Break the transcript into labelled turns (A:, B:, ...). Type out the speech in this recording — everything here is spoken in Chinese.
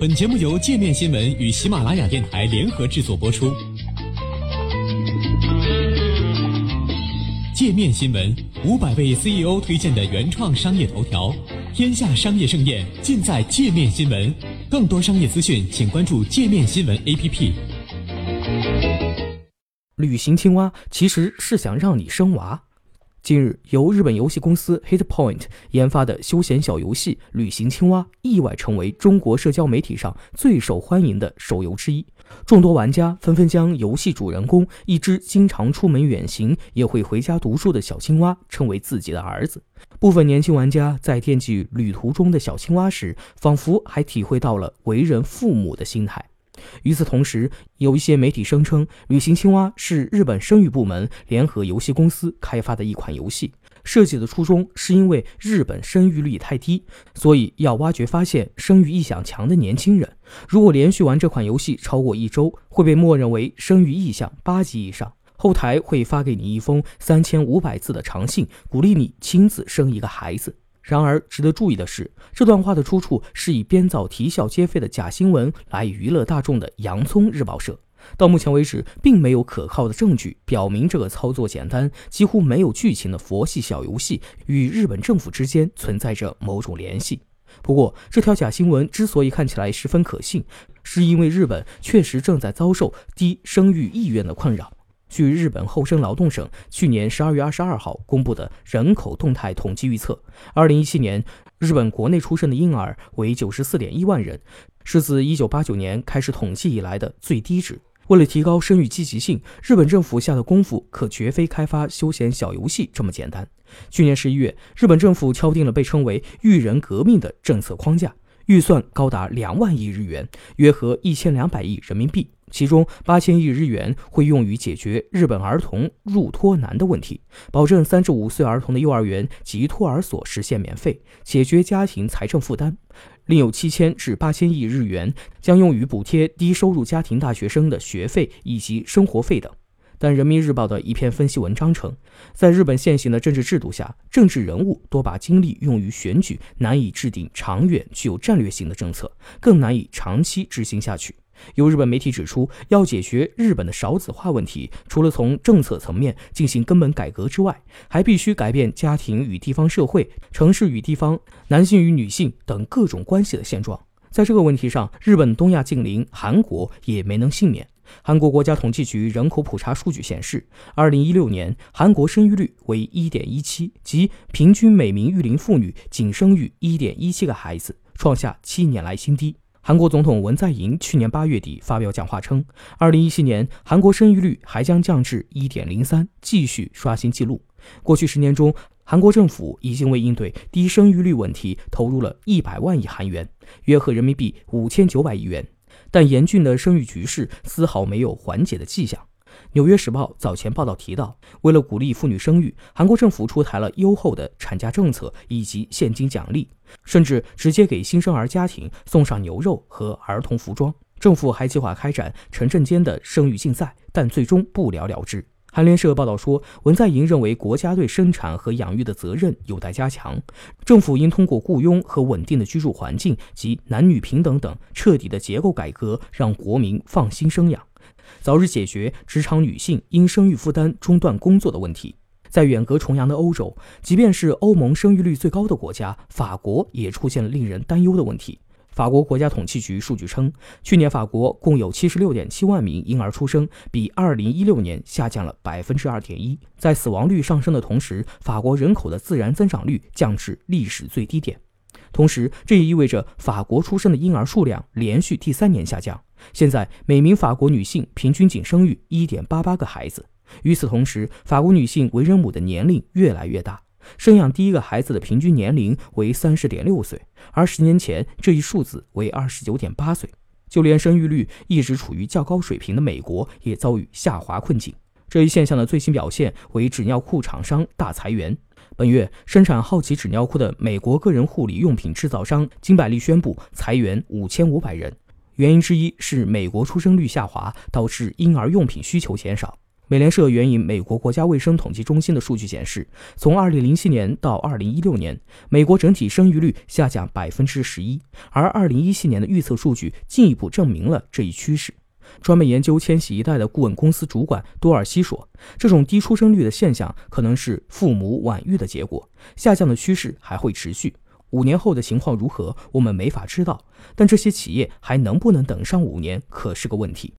A: 本节目由界面新闻与喜马拉雅电台联合制作播出。界面新闻500位 CEO 推荐的原创商业头条，天下商业盛宴尽在界面新闻。更多商业资讯，请关注界面新闻 APP。
B: 旅行青蛙其实是想让你生娃。近日，由日本游戏公司 Hitpoint 研发的休闲小游戏《旅行青蛙》意外成为中国社交媒体上最受欢迎的手游之一。众多玩家纷纷将游戏主人公一只经常出门远行也会回家读书的小青蛙称为自己的儿子。部分年轻玩家在惦记旅途中的小青蛙时，仿佛还体会到了为人父母的心态。与此同时，有一些媒体声称旅行青蛙是日本生育部门联合游戏公司开发的一款游戏，设计的初衷是因为日本生育率太低，所以要挖掘发现生育意向强的年轻人。如果连续玩这款游戏超过1周，会被默认为生育意向8级以上，后台会发给你一封3500字的长信，鼓励你亲自生一个孩子。然而值得注意的是，这段话的出处是以编造啼笑皆非的假新闻来娱乐大众的洋葱日报社。到目前为止，并没有可靠的证据表明这个操作简单、几乎没有剧情的佛系小游戏与日本政府之间存在着某种联系。不过，这条假新闻之所以看起来十分可信，是因为日本确实正在遭受低生育意愿的困扰。据日本厚生劳动省去年12月22号公布的人口动态统计预测，2017年日本国内出生的婴儿为 94.1 万人，是自1989年开始统计以来的最低值。为了提高生育积极性，日本政府下的功夫可绝非开发休闲小游戏这么简单。去年11月，日本政府敲定了被称为育人革命的政策框架，预算高达2万亿日元，约合1200亿人民币。其中8000亿日元会用于解决日本儿童入托难的问题，保证3至5岁儿童的幼儿园及托儿所实现免费，解决家庭财政负担。另有7000至8000亿日元将用于补贴低收入家庭大学生的学费以及生活费等。但人民日报的一篇分析文章称，在日本现行的政治制度下，政治人物多把精力用于选举，难以制定长远具有战略性的政策，更难以长期执行下去。有日本媒体指出，要解决日本的少子化问题，除了从政策层面进行根本改革之外，还必须改变家庭与地方社会、城市与地方、男性与女性等各种关系的现状。在这个问题上，日本东亚近邻韩国也没能幸免。韩国国家统计局人口普查数据显示，2016年韩国生育率为 1.17， 即平均每名育龄妇女仅生育 1.17 个孩子，创下7年来新低。韩国总统文在寅去年8月底发表讲话称，2017年韩国生育率还将降至 1.03， 继续刷新纪录。过去10年中，韩国政府已经为应对低生育率问题投入了100万亿韩元，约合人民币5900亿元。但严峻的生育局势丝毫没有缓解的迹象。纽约时报早前报道提到，为了鼓励妇女生育，韩国政府出台了优厚的产假政策以及现金奖励，甚至直接给新生儿家庭送上牛肉和儿童服装。政府还计划开展城镇间的生育竞赛，但最终不了了之。韩联社报道说，文在寅认为国家对生产和养育的责任有待加强，政府应通过雇佣和稳定的居住环境及男女平等等彻底的结构改革，让国民放心生养，早日解决职场女性因生育负担中断工作的问题。在远隔重洋的欧洲，即便是欧盟生育率最高的国家法国，也出现了令人担忧的问题。法国国家统计局数据称，去年法国共有 76.7 万名婴儿出生，比2016年下降了 2.1%。 在死亡率上升的同时，法国人口的自然增长率降至历史最低点。同时，这也意味着法国出生的婴儿数量连续第3年下降，现在每名法国女性平均仅生育 1.88 个孩子。与此同时，法国女性为人母的年龄越来越大，生养第一个孩子的平均年龄为 30.6 岁，而10年前这一数字为 29.8 岁。就连生育率一直处于较高水平的美国也遭遇下滑困境。这一现象的最新表现为纸尿裤厂商大裁员。本月，生产好奇纸尿裤的美国个人护理用品制造商金百利宣布裁员5500人，原因之一是美国出生率下滑导致婴儿用品需求减少。 美联社援引美国国家卫生统计中心的数据显示，从2007年到2016年，美国整体生育率下降11%，而2017年的预测数据进一步证明了这一趋势。专门研究千禧一代的顾问公司主管多尔西说，这种低出生率的现象可能是父母晚育的结果，下降的趋势还会持续。5年后的情况如何，我们没法知道，但这些企业还能不能等上5年可是个问题。